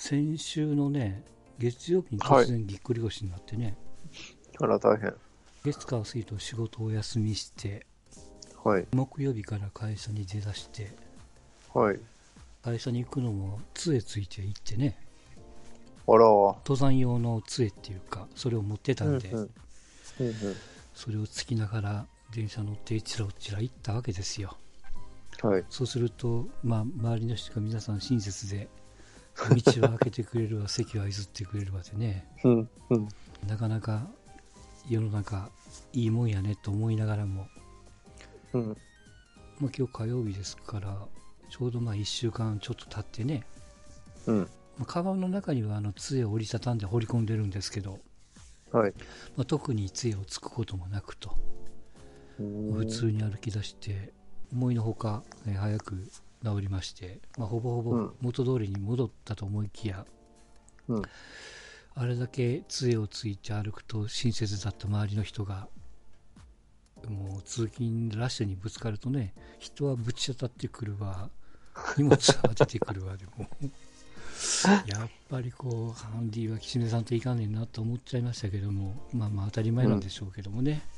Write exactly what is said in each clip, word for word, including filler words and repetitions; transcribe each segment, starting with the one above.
先週のね、月曜日に突然ぎっくり腰になってね、 はい、あら大変。 月火水と仕事をお休みして、 はい、 木曜日から会社に出だして、 はい、 会社に行くのも杖ついて行ってね、 あら、 登山用の杖っていうか、それを持ってたんで、 うんうんうんうん、 それをつきながら電車乗ってちらおちら行ったわけですよ。 はい、 そうすると、まあ、周りの人が皆さん親切で、道は開けてくれるわ、席は譲ってくれるわでね、 うんうん、 なかなか世の中いいもんやねと思いながらも、 うん、 まあ、今日火曜日ですから、ちょうどまあいっしゅうかんちょっと経ってね、 うん、 まあ、カバンの中にはあの杖を折りたたんで放り込んでるんですけど、 はい、 まあ、特に杖をつくこともなくと、普通に歩き出して、思いのほか、ね、早く治りまして、まあ、ほぼほぼ元通りに戻ったと思いきや、 うん、 あれだけ杖をついて歩くと親切だった周りの人が、もう通勤ラッシュにぶつかるとね、人はぶち当たってくるわ、荷物は出てくるわでもやっぱりこうハンディは岸根さんといかんねんなと思っちゃいましたけども、まあまあ当たり前なんでしょうけどもね、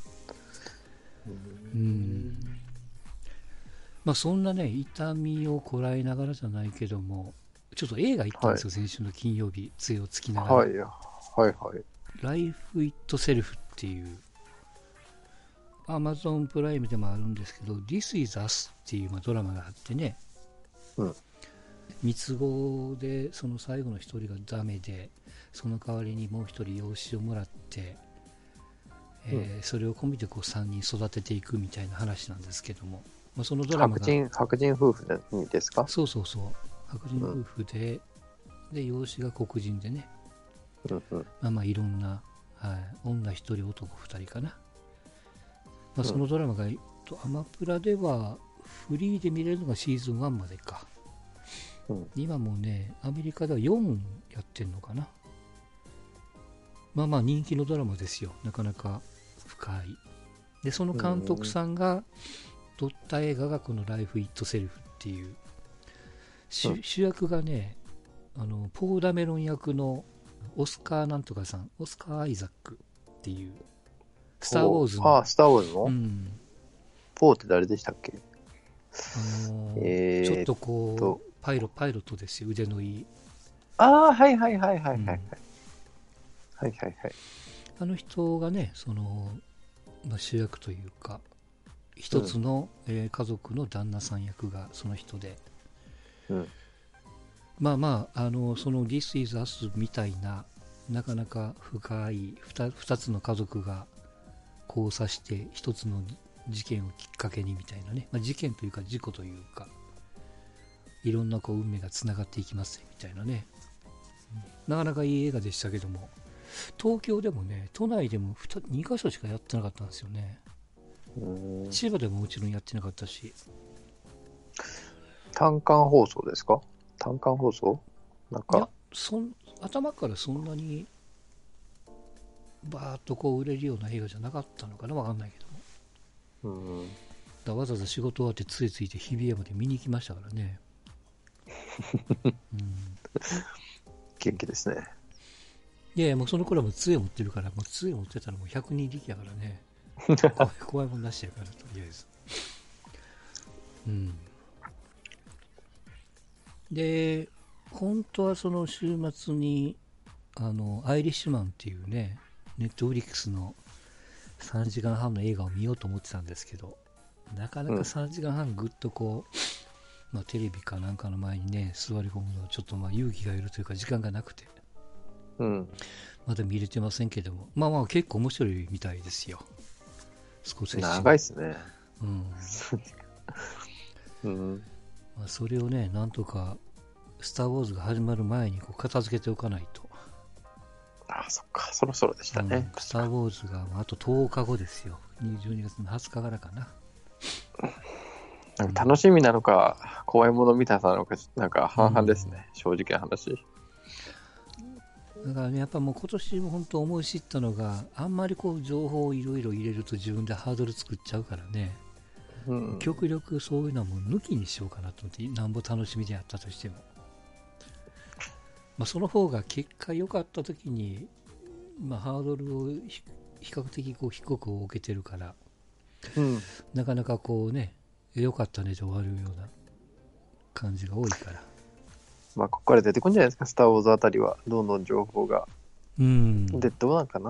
うん、うんまあそんなね痛みをこらえながらじゃないけども、ちょっと映画行ったんですよ、はい、先週の金曜日、杖をつきながら、 はい、はいはい、 ライフ・イット・セルフっていうアマゾンプライムでもあるんですけど、This is Us っていう、まあ、ドラマがあってね、 うん、 三つ子でその最後の一人がダメで、その代わりにもう一人養子をもらって、えーうん、それを込みでこうさんにん育てていくみたいな話なんですけども、まあ、そのドラマが白人、白人夫婦ですか？ そうそうそう、白人夫婦で、うん、で養子が黒人でね、 うんうん、 まあまあいろんな、はい、女一人男二人かな、まあ、そのドラマが、うん、アマプラではフリーで見れるのがシーズンワンまでか、うん、今もねアメリカではよんやってんのかな。まあまあ人気のドラマですよ、なかなか深い。でその監督さんが撮った映画がこのライフ・イット・セルフっていう、うん、主役がね、あのポー・ダメロン役のオスカーなんとかさん、オスカー・アイザックっていうスター・ウォーズの、 ああ、スター・ウォーズの、うん、ポーって誰でしたっけ？ あのーえー、ちょっとこうパイロパイロットですよ、腕のいい。 ああ、はいはいはいはいはいはい、うん、はいはいはい。 あの人がね、その、まあ、主役というか一つの、うん、えー、家族の旦那さん役がその人で、うん、まあまあ、あのその This is Us みたいななかなか深い 2, 2つの家族が交差して一つの事件をきっかけにみたいなね、まあ、事件というか事故というかいろんなこう運命がつながっていきますみたいなね、うん、なかなかいい映画でしたけども、東京でもね、都内でもにかしょしかやってなかったんですよね。千葉でももちろんやってなかったし。 単館放送ですか？単館放送なんか、いや、 そん頭からそんなにバーッとこう売れるような映画じゃなかったのかな、わかんないけども、うん、だわざわざ仕事終わって杖ついて日比谷まで見に行きましたからね、うん、 元気ですね。 いやいや、もうその頃はもう杖持ってるから、もう杖持ってたらもうひゃくにん力やからね怖い、怖いもんなしやから、とりあえず。うん。で、本当はその週末に、あの、アイリッシュマンっていうね、ネットフリックスのさんじかんはんの映画を見ようと思ってたんですけど、なかなかさんじかんはんぐっとこう、うん、まあテレビかなんかの前にね、座り込むのはちょっとまあ勇気がいるというか時間がなくて、うん、まだ見れてませんけども、まあまあ結構面白いみたいですよ。少し長いっすね。 うん。うん、まあそれをね、なんとかスター・ウォーズが始まる前にこう片付けておかないと。 ああ、そっか、そろそろでしたね。 うん、スター・ウォーズがあととおかごですよ。じゅうにがつのはつかからかな。 なんか楽しみなのか、怖いもの見たさなのか、なんか半々ですね、うん、正直な話。 だからね、やっぱもう今年も本当思い知ったのが、あんまりこう情報をいろいろ入れると自分でハードル作っちゃうからね、うん、極力そういうのはもう抜きにしようかなと思って、なんぼ楽しみであったとしても。 まあ、その方が結果良かった時に、まあ、ハードルを比較的こう低く置けてるから、 うん、 なかなかこうね、良かったねで終わるような感じが多いから。 まあ、ここから出てくるんじゃないですか、スター・ウォーズあたりは。どんどん情報が。 うん。 で、どうなんかな。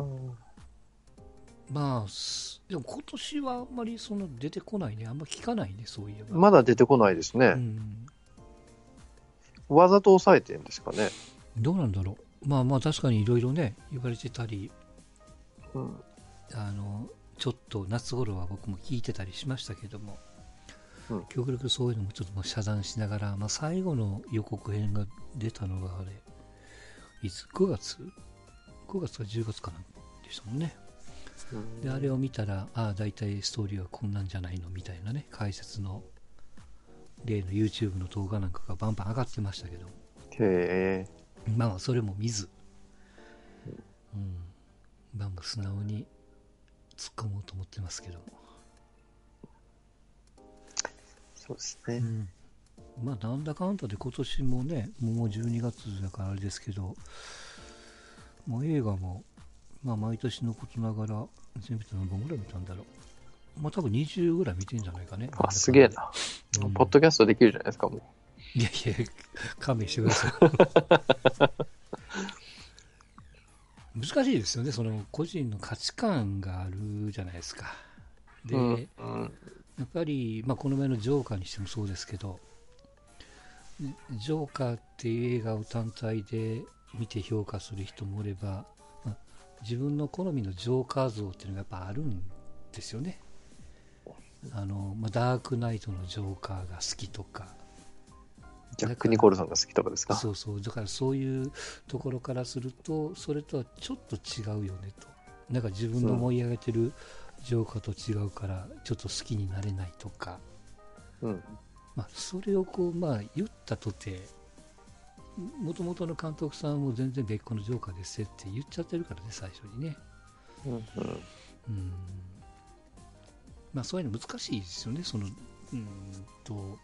まあ、でも今年はあんまりその出てこないね。あんま聞かないね、そういえば。 まだ出てこないですね。 うん。 わざと抑えてるんですかね。 どうなんだろう。まあまあ確かにいろいろね、言われてたり、 うん、 あの、ちょっと夏頃は僕も聞いてたりしましたけども、 うん、 極力そういうのもちょっともう遮断しながら、まあ最後の予告編が出たのがあれ、いつ ?く 月 ?く 月かじゅうがつかなんでしたもんね。 うん、 で、あれを見たら、ああ、大体ストーリーはこんなんじゃないのみたいなね、解説の例の YouTube の動画なんかがバンバン上がってましたけど、 へえ。 まあそれも見ず、うん、まあまあ素直に突っ込もうと思ってますけど、 そうですね。 うん、まあなんだかんだで今年もね、もうじゅうにがつだからあれですけど、もう映画も、まあ毎年のことながら、全部で何本ぐらい見たんだろう。まあ多分にじゅうぐらい見てんじゃないかね。 あ、すげえな。 うん、 ポッドキャストできるじゃないですか、もう。 いやいや、勘弁してください。難しいですよね、その個人の価値観があるじゃないですか。で、 うんうん、 やっぱり、まあ、この前のジョーカーにしてもそうですけど、ジョーカーっていう映画を単体で見て評価する人もおれば、まあ、自分の好みのジョーカー像っていうのがやっぱあるんですよね。あの、まあ、ダークナイトのジョーカーが好きとか、 ジャック・ニコルソンが好きとかですか。 そうそう、だからそういうところからすると、それとはちょっと違うよねと。なんか自分の思い上げてるジョーカーと違うから、ちょっと好きになれないとか、 うん、 まあ、それをこう、まあ、言ったとて、もともとの監督さんも全然別個のジョーカーですって言っちゃってるからね、最初にね。 うんうん、 うんまあ、そういうの難しいですよね、その、うんと、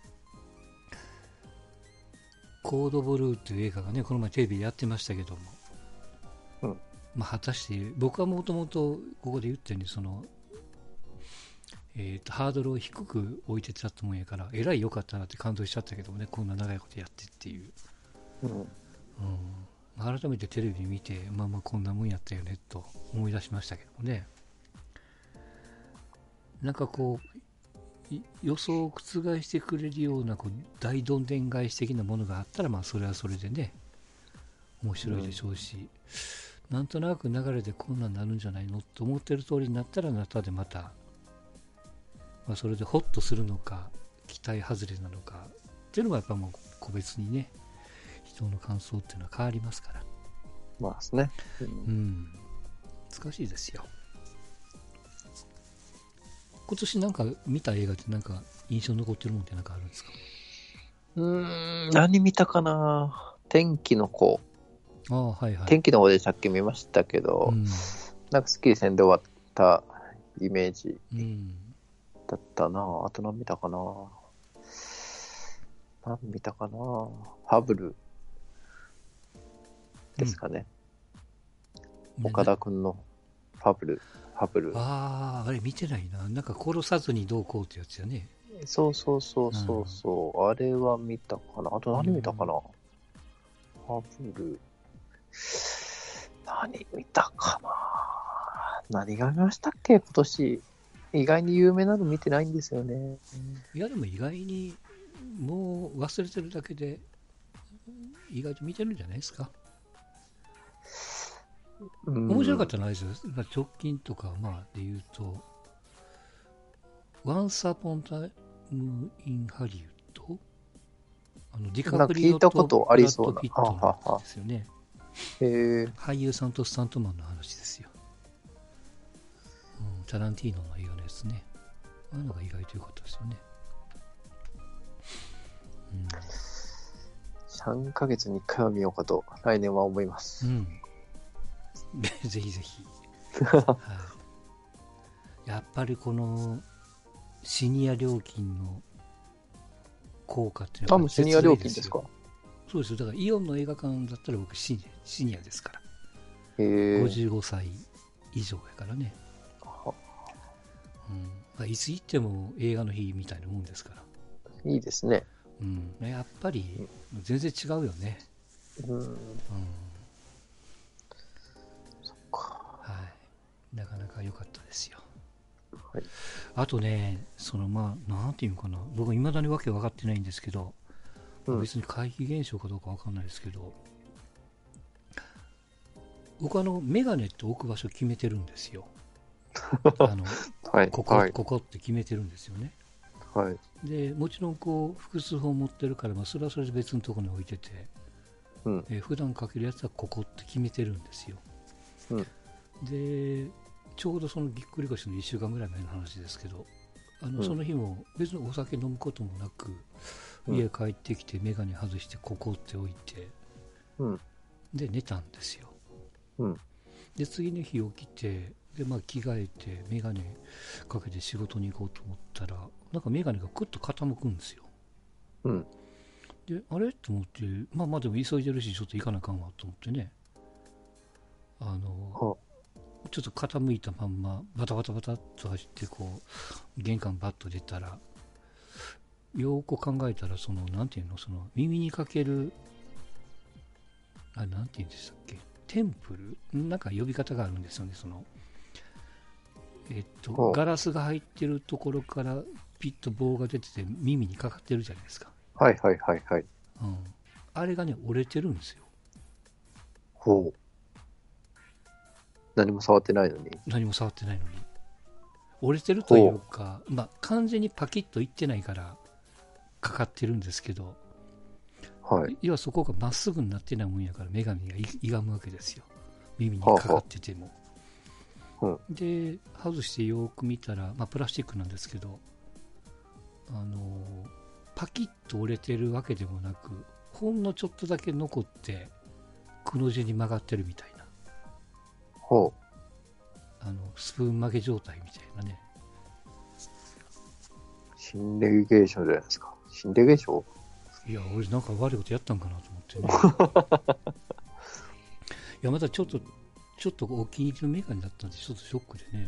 コードブルーっていう映画がね、この前テレビでやってましたけども、 うんまあ、果たして、僕はもともとここで言ったように、その、えーと、ハードルを低く置いてたってもんやから、えらい良かったなって感動しちゃったけどもね、こんな長いことやってっていう。 うん、 うん、改めてテレビ見て、まあまあこんなもんやったよねと思い出しましたけどもね。なんかこう、予想を覆してくれるようなこう大どんでん返し的なものがあったら、まあそれはそれでね、面白いでしょうし、うん、なんとなく流れでこんなんなるんじゃないのと思ってる通りになったら、なったでまた、まあ、それでホッとするのか、期待外れなのか、っていうのはやっぱもう個別にね、人の感想っていうのは変わりますから。 まあですね。 うん、うん、難しいですよ。今年なんか見た映画ってなんか印象に残ってるもんってなんかあるんですか？ うーん、何見たかな。天気の子。 ああ、はいはい。 天気の子でさっき見ましたけど、 うん、 なんかスッキリ戦で終わったイメージうんだったな。あと何見たかな。何見たかな。ファブルですかね。うん、岡田くんのファブル。ファブル。 ああ、あれ見てないな。なんか殺さずにどうこうってやつやね。 そうそうそうそうそう、うん、あれは見たかな。あと何見たかな。うん、ファブル。何見たかな。何が見ましたっけ今年。意外に有名なの見てないんですよね。 いやでも意外にもう忘れてるだけで意外と見てるんじゃないですか。うん、面白かったのはですよ。直近とかまあで言うと、Once Upon a Time in Hollywood、あのディカプリオとブラッド・ピットのやつですよね。 へ俳優さんとスタントマンの話ですよ。うん、タランティーノの映画のやつね。ああいうのが意外と良かったですよね。 うん、さんかげつにいっかいは見ようかと来年は思います。うん、 ぜひぜひ、はい。やっぱりこのシニア料金の効果っていうのは、 あ、もうシニア料金ですか？ そうですよ。だからイオンの映画館だったら僕シニア、シニアですから。 へー。 ごじゅうごさい以上やからね。 はうんまあ、いつ行っても映画の日みたいなもんですから。 いいですね。 うん、やっぱり全然違うよね。 うん。 うん、 そっか。 はい。なかなか良かったですよ。 はい。 あとね、そのまあ、なんていうのかな。僕はいまだにわけ分かってないんですけど、 うん。 別に怪奇現象かどうか分かんないですけど、僕あの、メガネって置く場所決めてるんですよ。あの、 はい。 ここ、 はい。 ここって決めてるんですよね。 はい。 で、もちろんこう、複数本持ってるから、まあ、それはそれで別のところに置いてて、 うん。 えー普段かけるやつはここって決めてるんですよ。 うん。 で、ちょうどそのぎっくり腰のいっしゅうかんぐらい前の話ですけど、あの、 うんその日も別にお酒飲むこともなく、 うん家帰ってきてメガネ外してここって置いて、 うん。 で、寝たんですよ。 うん。 で、次の日起きて、で、まあ、着替えて、メガネかけて仕事に行こうと思ったら、なんかメガネがクッと傾くんですよ。 うん。 で、あれと思って、まあまあでも急いでるし、ちょっと行かなあかんわと思ってね、あの、 はちょっと傾いたまんま、バタバタバタっと走って、こう、玄関バッと出たら、よーく考えたら、その、なんていうの、その、耳にかける、あ、なんていうんでしたっけ、テンプルなんか呼び方があるんですよね、その、えっと、 はガラスが入ってるところからピッと棒が出てて耳にかかってるじゃないですか。 はいはいはいはい。 うん。あれがね、折れてるんですよ。 ほう。何も触ってないのに。 何も触ってないのに。折れてるというほか、まあ、完全にパキッといってないからかかってるんですけど、 う。はい。 要はそこがまっすぐになってないもんやから女神がい歪むわけですよ。耳にかかってても。 はあはで、外してよく見たら、まあ、プラスチックなんですけど、あのーパキッと折れてるわけでもなく、ほんのちょっとだけ残って、くの字に曲がってるみたいな、 ほあの、スプーン曲げ状態みたいなね。 う。心霊現象じゃないですか。心霊現象。 いや、俺なんか悪いことやったんかなと思ってね。いや、またちょっと、ちょっとお気に入りのメガネだったんで、ちょっとショックでね。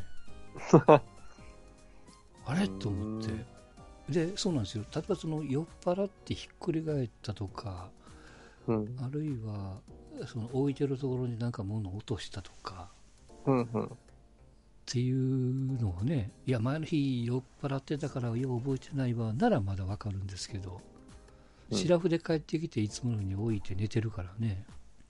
あれと思って。で、そうなんですよ。例えばその酔っ払ってひっくり返ったとか、 うん。 あるいは、その置いてるところになんか物を落としたとか、 うんうん。 っていうのをね、いや、前の日酔っ払ってたからよう覚えてないわ、ならまだわかるんですけど、 うんシラフで帰ってきていつものように置いて寝てるからね、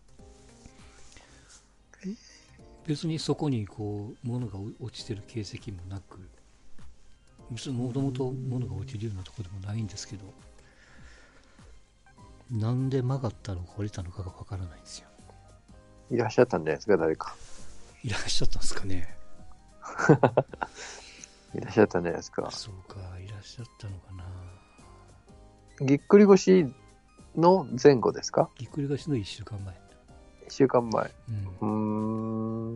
別にそこにこう物が落ちてる形跡もなく、別にもともと物が落ちるようなところでもないんですけど、なんで曲がったのか折れたのかがわからないんですよ。 いらっしゃったんじゃないですか、誰か。 いらっしゃったんですかね。 いらっしゃったんじゃないですか。 そうか、いらっしゃったのかな。 ぎっくり腰の前後ですか？ ぎっくり腰のいっしゅうかんまえ。 いっしゅうかんまえ。 うん、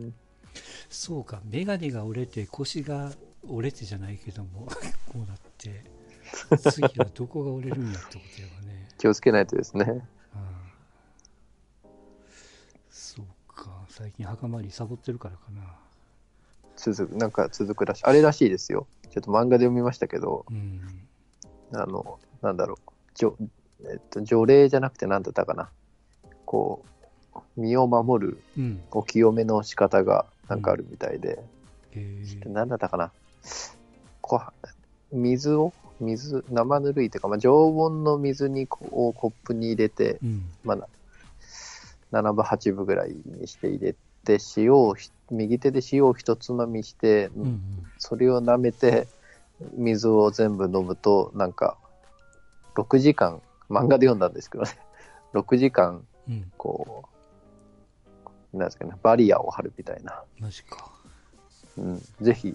うーん。 そうか、メガネが折れて腰が折れてじゃないけどもこうなって、次はどこが折れるんやってことやわね。 気をつけないとですね。 ああ、そうか、最近墓参りサボってるからかな。 続く、なんか続くらしい。あれらしいですよ。ちょっと漫画で読みましたけど、 うん、 あの、なんだろう。じょえっと、除霊じゃなくて何だったかな。こう、身を守るうん、 お清めの仕方がなんかあるみたいで、 へえ、 何だったかな。こう水を水生ぬるいというか、まあ、常温の水にこうコップに入れて、 うん、 まあ、ななぶはちぶぐらいにして入れて、塩を右手で塩を一つまみして、 うん、うん、 それを舐めて水を全部飲むと、なんかろくじかん、漫画で読んだんですけどね、ろくじかんうん、 こうなんですかね、バリアを張るみたいな。 マジか。 うん、ぜひ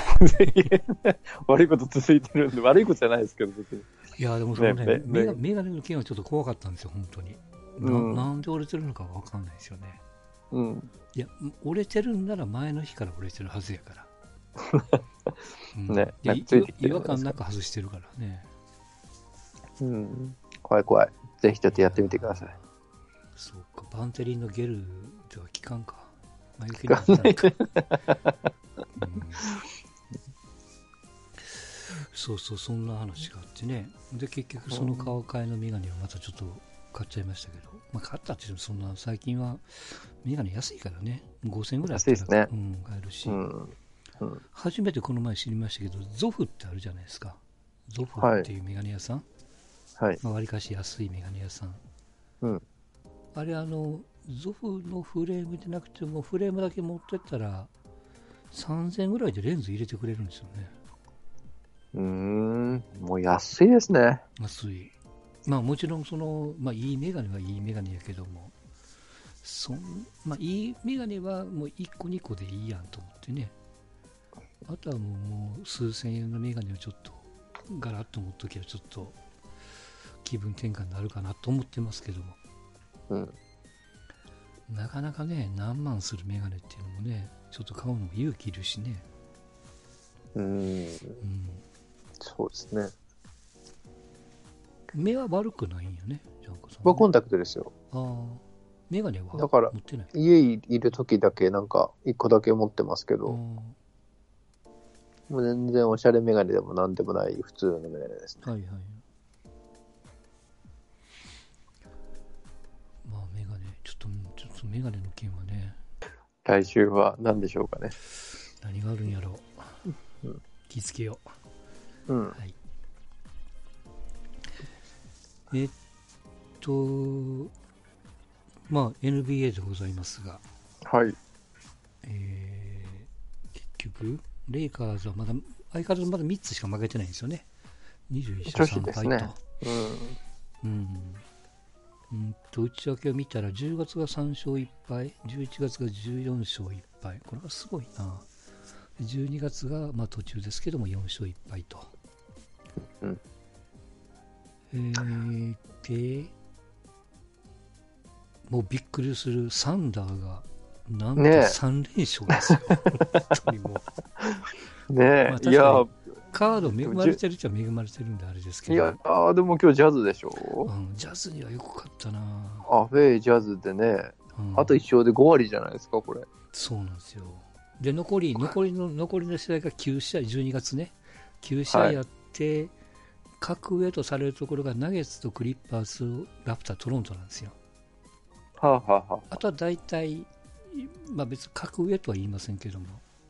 悪いこと続いてるんで、悪いことじゃないですけど、別に。 いや、でもそのね、 ねメガねメガネの件はちょっと怖かったんですよ、本当に。な、 うんなんで折れてるのかわかんないですよね。 うん、 いや、折れてるんなら前の日から折れてるはずやから。うん、いやねなんかついてきて違和るんじゃないですか。 感なく外してるからね。 うん、怖い怖い。 ぜひちょっとやってみてください。 そうか、バンテリンのゲルでは効かんか。眉毛には効かんか、うん、そうそう、そんな話があってね。で、結局その顔替えのメガネをまたちょっと買っちゃいましたけど、まあ、買ったって言ってもそんな、最近はメガネ安いからね、ごせんえんぐらいあったら、 安いですね、 うん、買えるし、 うんうん、 初めてこの前知りましたけど、ゾフってあるじゃないですか。ゾフっていうメガネ屋さん、 はい、 まあ、割かし安いメガネ屋さん。 うん、 あれ、あの、ゾフのフレームでなくても、フレームだけ持ってったら、さんぜんえんぐらいでレンズ入れてくれるんですよね。 うーん、もう安いですね。 安い。まあもちろんその、まあいいメガネはいいメガネやけども、そん、まあいいメガネはもういっこにこでいいやんと思ってね。あとはもう、もう数千円のメガネをちょっとガラッと持っときゃちょっと気分転換になるかなと思ってますけども。 うん。 なかなかね、何万するメガネっていうのもね、ちょっと買うのも勇気いるしね。 うーん、 うん。 そうですね。 目は悪くないんよね、ジャンコさん、ね。 僕はコンタクトですよ。 ああ、メガネはだから持ってない。 家いる時だけなんかいっこだけ持ってますけど、もう全然おしゃれメガネでもなんでもない普通のメガネですね。 はいはい。まあメガネ、ちょっと、ちょっとメガネの件はね。 来週は何でしょうかね。 何があるんやろう。 うん、 気付けよう。うん。 はい。えっと、まあ エヌビーエー でございますが、 はい。 えー、結局、レイカーズはまだ、相変わらずまだみっつしか負けてないんですよね。にじゅういっ勝さん敗と。 ね、うん。 うん。うんと、内訳を見たら、じゅうがつがさん勝いっ敗、じゅういちがつがじゅうよん勝いっ敗。これはすごいな。じゅうにがつが、まあ途中ですけどもよん勝いっ敗と。 うん。 えー、で、もうびっくりするサンダーが、なんとさん連勝ですよ。ね、本当にもう。 ねえ、まあ、いや、 カード恵まれてるっちゃ恵まれてるんであれですけど。 いや、あでも今日ジャズでしょ、 うん、ジャズにはよく勝ったな。 アフェイジャズでね、うん、あといっ勝でご割じゃないですか、これ。 そうなんですよ。で、残り、残りの、残りの試合がきゅう試合、じゅうにがつね、きゅう試合やって、はい、格上とされるところがナゲッツとクリッパーズ、ラプター、トロントなんですよ。 はあはあはあ、 あとは大体、まあ別に格上とは言いませんけども、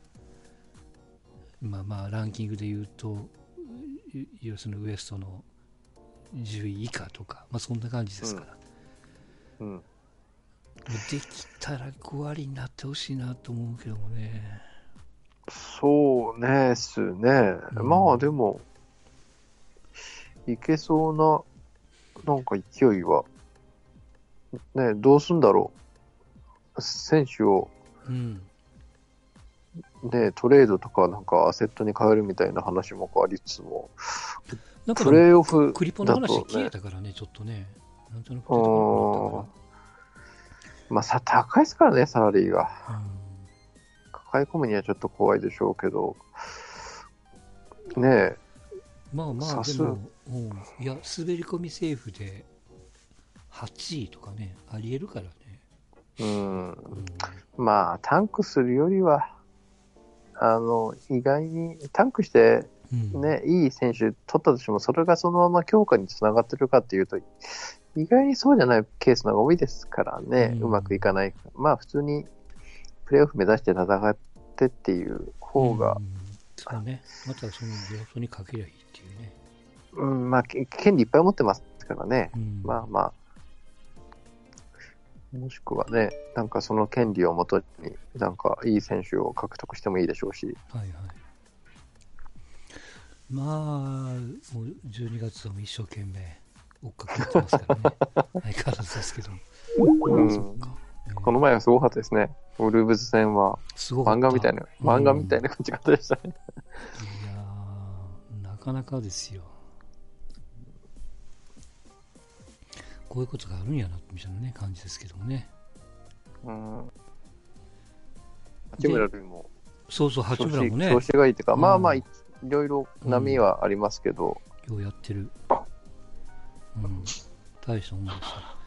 まあまあランキングで言うと、要するにウエストのじゅうい以下とか、まあそんな感じですから。うん。うん、できたらご割になってほしいなと思うけどもね。 そうですね。うん、まあでも、いけそうな、なんか勢いは、ね、どうすんだろう。選手を、うん、ね、トレードとかなんかアセットに変えるみたいな話もありつつも、 なんかプレーオフだと、ね、クリポの話消えたからね、ちょっとね。なんとなく出てこなかったから。 まあさ、高いですからね、サラリーが。うん、抱え込むにはちょっと怖いでしょうけど、ねえ。 まあまあ、でも、うん、いや、滑り込みセーフではちいとかね、ありえるからね。 うん。うん、まあ、タンクするよりは、あの、意外に、タンクして、ね、うん、いい選手取ったとしても、それがそのまま強化につながってるかっていうと、意外にそうじゃないケースの方が多いですからね、うん、うまくいかない。まあ、普通にプレーオフ目指して戦ってっていう方が、うん、 そうね、またその要素にかけりゃいいっていうね。 うん、まあ、権利いっぱい持ってますからね、うん、まあまあ、もしくはね、なんかその権利をもとに、なんかいい選手を獲得してもいいでしょうし。はいはい。 まあ、もうじゅうにがつは一生懸命追っかけてますからね。相変わらずですけど。 うん、そっか、えー、この前はすごかったですね。ウルブズ戦は漫画みたいな、漫画みたいな感じ方でしたね。うん、いやー、なかなかですよ。こういうことがあるんやなみたいなね感じですけどもね。うん。 八村塁も。 そうそう、八村もね。 調子がいいっていうか、うん、まあまあいろいろ波はありますけど。 うん、ようやってる。うん。 大したもんですよ。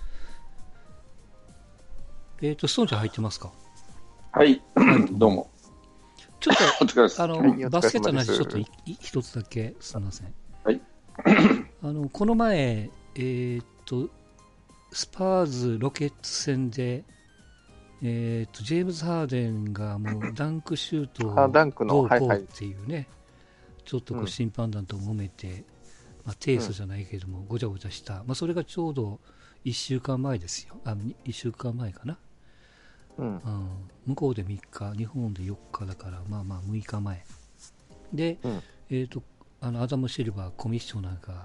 えっ、ー、と、ストーンちゃん入ってますか？ はい、はい、どうも。 ちょっと、 お疲れです。 あの、はい、バスケットの話、ちょっと一つだけ、すみません。 はい。 あの、この前、えー、っと、スパーズ・ロケッツ戦で、えー、っと、ジェームズ・ハーデンがもうダンクシュートをどうこうっていうね、はいはい、ちょっとこう審判団と揉めて、うん、まあ、提訴じゃないけども、うん、ごちゃごちゃした、まあ、それがちょうどいっしゅうかんまえですよ。あ、いっしゅうかんまえかな。うんうん、向こうでみっか、日本でよっかだから、まあまあむいかまえで、うん、えー、とあのアダム・シルバーコミッショナーが、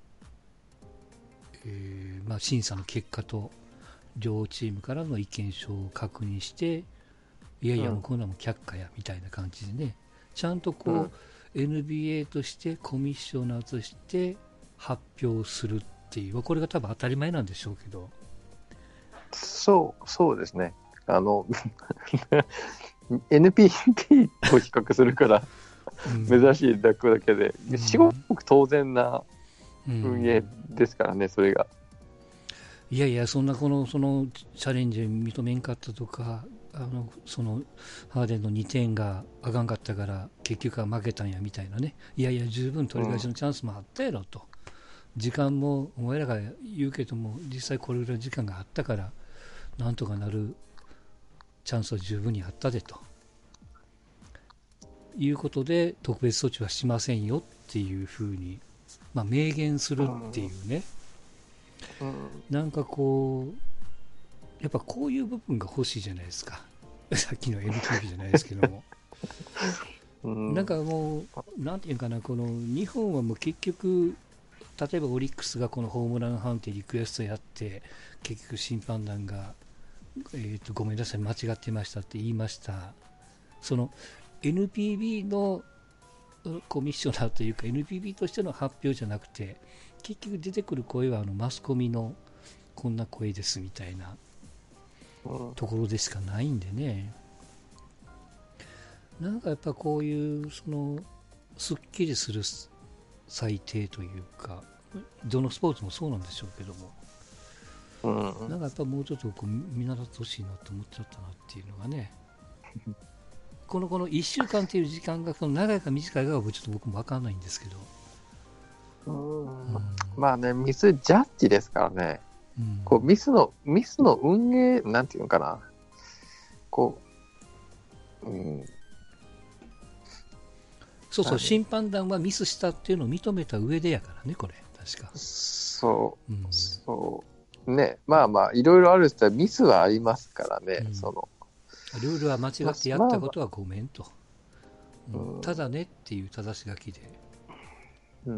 えーまあ、審査の結果と両チームからの意見書を確認して、いやいやもうこんなもん却下やみたいな感じでね、ちゃんとこう、うん、エヌビーエー としてコミッショナーとして発表するっていう、これが多分当たり前なんでしょうけど、 そうそうですね。あのエヌピーピー と比較するから珍しいだけだけで、うん、至極当然な運営ですからね、それが。 いやいや、そんなこのそのチャレンジ認めんかったとか、あのそのハーデンのにてんがあかんかったから結局は負けたんやみたいなね、いやいや、十分取り返しのチャンスもあったやろと、うん、時間もお前らが言うけども、実際これぐらい時間があったから、なんとかなるチャンスは十分にあったでということで、特別措置はしませんよっていうふうに、まあ、明言するっていうね、うん、なんかこう、やっぱこういう部分が欲しいじゃないですか、さっきの エヌピーピー じゃないですけども、うん、なんかもう、なんていうかな、この日本はもう結局、例えばオリックスがこのホームラン判定リクエストやって、結局審判団が、えーと、ごめんなさい、間違ってましたって言いました。その エヌピービー のコミッショナーというか エヌピービー としての発表じゃなくて、結局出てくる声はあのマスコミのこんな声ですみたいなところでしかないんでね、なんかやっぱこういうそのすっきりする裁定というか、どのスポーツもそうなんでしょうけども、うん、なんかやっぱもうちょっとこう見習ってほしいなと思っちゃったなっていうのがねこのこのいっしゅうかんという時間がその長いか短いかはちょっと僕も分かんないんですけど、 うん、まあね、ミスジャッジですからね、うん、こうミスのミスの運営なんていうのかな、こう、うん、 そうそう、審判団はミスしたっていうのを認めた上でやからね、これ確か。 そう、うん、そうね、まあまあいろいろあるってミスはありますからね、うん、そのルールは間違ってやったことはごめんと、まあまあうん、ただねっていう正し書きで、うんうん、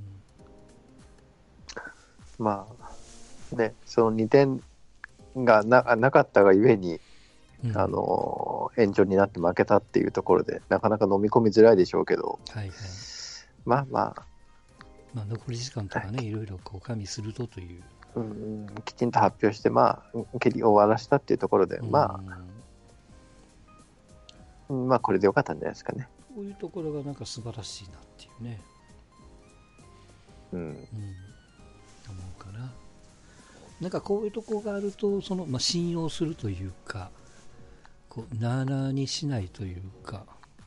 まあね、そのにてんが な, なかったがゆえに、うん、あの延長になって負けたっていうところでなかなか飲み込みづらいでしょうけど、はいはい、まあまあ、 まあ、残り時間とかね、はい、いろいろこう加味するとという、 うん、きちんと発表して、まあ、蹴り終わらしたっていうところで、うん、まあまあこれでよかったんじゃないですかね。 こういうところがなんか素晴らしいなっていうね、うん、うん、思うかな。なんかこういうところがあるとその、まあ、信用するというか、こうなあなあにしないというか、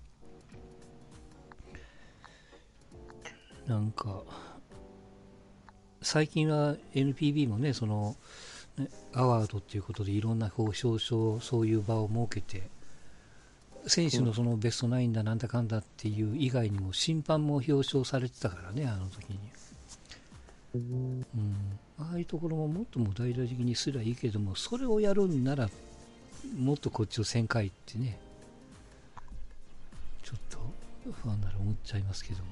なんか最近は エヌピービー もね、そのねアワードっていうことでいろんな表彰書、そういう場を設けて、選手のそのベストナインだなんだかんだっていう以外にも審判も表彰されてたからね、あの時に、うん、ああいうところももっとも大々的にすりゃいいけども、それをやるんならもっとこっちをせんかいってね、ちょっと不安なら思っちゃいますけども、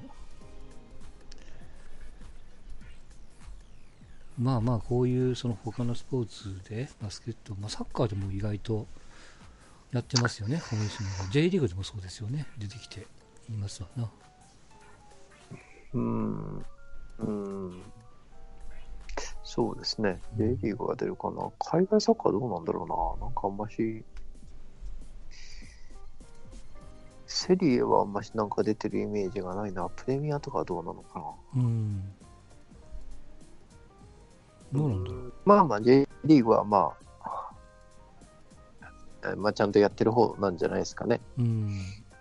まあまあこういうその他のスポーツでバスケット、まあ、サッカーでも意外とやってますよね、コミッショナーが。 J リーグでもそうですよね、出てきていますわな。 うーん、うーん、そうですね、うん、J リーグが出るかな。海外サッカーどうなんだろうな。なんかあんましセリエはあんましなんか出てるイメージがないな。プレミアとかどうなのかな。うん、 どうなんだろう。 まあまあ J リーグはまあ、まあちゃんとやってる方なんじゃないですかね。 うん。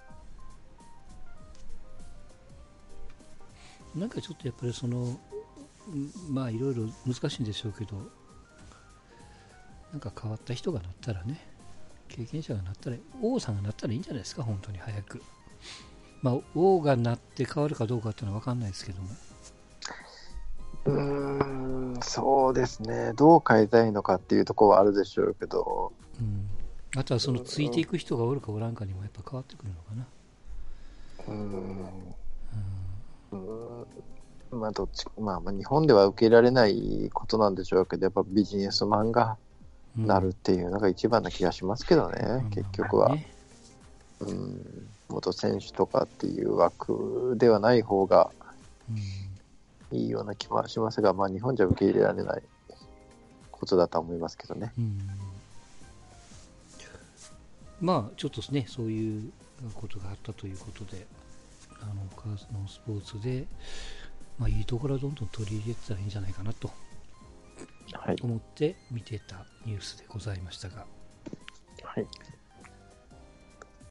なんかちょっとやっぱりその、まあいろいろ難しいんでしょうけど、なんか変わった人がなったらね、経験者がなったら、王さんがなったらいいんじゃないですか、本当に早く。まあ王がなって変わるかどうかっていうのは分かんないですけども。 うーん、そうですね。どう変えたいのかっていうところはあるでしょうけど。 うん。あとはそのついていく人がおるかおらんかにもやっぱ変わってくるのかな。 うーん。 うん。 うーんまあどっち、まあまあ日本では受け入れられないことなんでしょうけど、やっぱビジネスマンがなるっていうのが一番な気がしますけどね、うん、結局は。まあまあね、うん。元選手とかっていう枠ではない方がいいような気もしますが、まあ日本じゃ受け入れられないことだと思いますけどね。 うん、まあちょっとね、そういうことがあったということで、あのカースのスポーツで、まあ、いいところはどんどん取り入れてたらいいんじゃないかなと思って見てたニュースでございましたが、 はい。